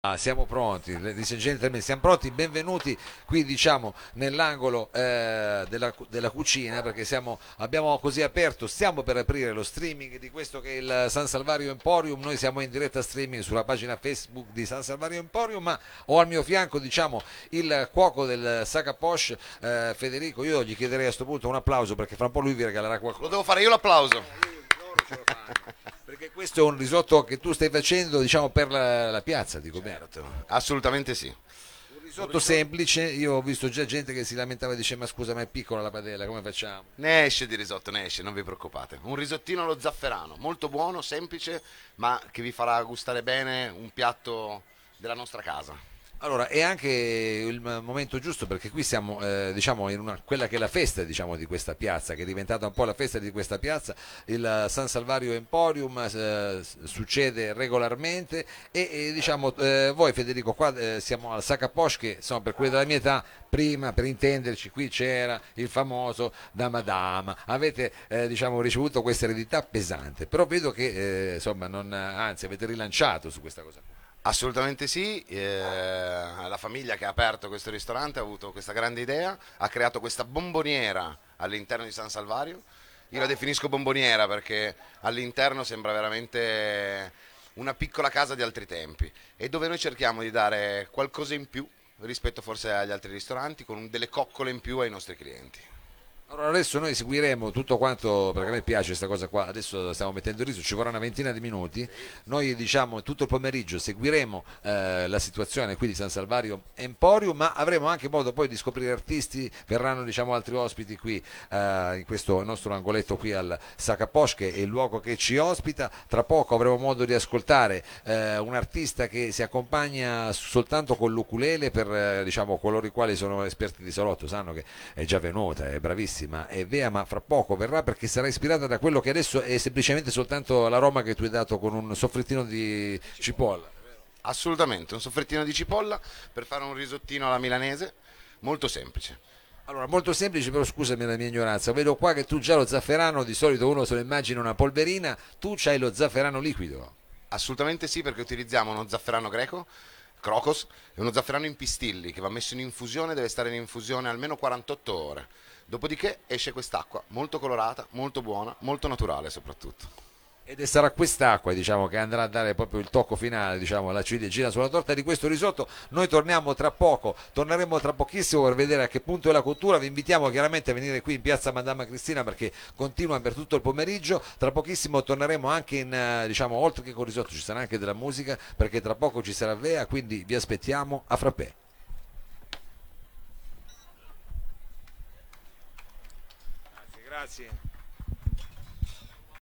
Siamo pronti, ladies and gentlemen, siamo pronti, benvenuti qui diciamo nell'angolo della cucina perché abbiamo così aperto, stiamo per aprire lo streaming di questo che è il San Salvario Emporium, noi siamo in diretta streaming sulla pagina Facebook di San Salvario Emporium, ma ho al mio fianco diciamo il cuoco del Saca Posh, Federico, io gli chiederei a questo punto un applauso perché fra un po' lui vi regalerà qualcosa. Lo devo fare io l'applauso. Loro ce lo fanno. Perché questo è un risotto che tu stai facendo, diciamo, per la piazza, dico bene. Certo, assolutamente sì. Un risotto semplice, io ho visto già gente che si lamentava e dice ma scusa ma è piccola la padella, come facciamo? Ne esce di risotto, ne esce, non vi preoccupate. Un risottino allo zafferano, molto buono, semplice, ma che vi farà gustare bene un piatto della nostra casa. Allora, è anche il momento giusto perché qui siamo diciamo in quella che è la festa diciamo, di questa piazza, che è diventata un po' la festa di questa piazza, il San Salvario Emporium succede regolarmente e, diciamo voi Federico qua siamo al Saca Posh che insomma per quelli della mia età, prima per intenderci qui c'era il famoso Dama Dama, avete diciamo, ricevuto questa eredità pesante, però vedo che insomma anzi avete rilanciato su questa cosa qua. Assolutamente sì, la famiglia che ha aperto questo ristorante ha avuto questa grande idea, ha creato questa bomboniera all'interno di San Salvario. Io la definisco bomboniera perché all'interno sembra veramente una piccola casa di altri tempi e dove noi cerchiamo di dare qualcosa in più rispetto forse agli altri ristoranti con delle coccole in più ai nostri clienti. Allora adesso noi seguiremo tutto quanto, perché a me piace questa cosa qua, adesso stiamo mettendo il riso, ci vorrà una ventina di minuti, noi diciamo tutto il pomeriggio seguiremo la situazione qui di San Salvario Emporium, ma avremo anche modo poi di scoprire artisti, verranno diciamo altri ospiti qui in questo nostro angoletto qui al Saca Posh che è il luogo che ci ospita, tra poco avremo modo di ascoltare un artista che si accompagna soltanto con l'ukulele per diciamo coloro i quali sono esperti di salotto, sanno che è già venuta, è bravissima è Vea, ma fra poco verrà perché sarà ispirata da quello che adesso è semplicemente soltanto l'aroma che tu hai dato con un soffrittino di cipolla. Assolutamente, un soffrettino di cipolla per fare un risottino alla milanese, molto semplice. Allora, molto semplice, però scusami la mia ignoranza, vedo qua che tu già lo zafferano, di solito uno se lo immagina una polverina, tu c'hai lo zafferano liquido. Assolutamente sì, perché utilizziamo uno zafferano greco, Crocos, è uno zafferano in pistilli che va messo in infusione, deve stare in infusione almeno 48 ore. Dopodiché esce quest'acqua molto colorata, molto buona, molto naturale soprattutto. Ed sarà quest'acqua diciamo, che andrà a dare proprio il tocco finale, diciamo, la ciliegina sulla torta di questo risotto. Noi torniamo tra poco, torneremo tra pochissimo per vedere a che punto è la cottura. Vi invitiamo chiaramente a venire qui in piazza Madama Cristina perché continua per tutto il pomeriggio. Tra pochissimo torneremo anche in, diciamo, oltre che con il risotto ci sarà anche della musica perché tra poco ci sarà Vea, quindi vi aspettiamo a frappè. Grazie, grazie.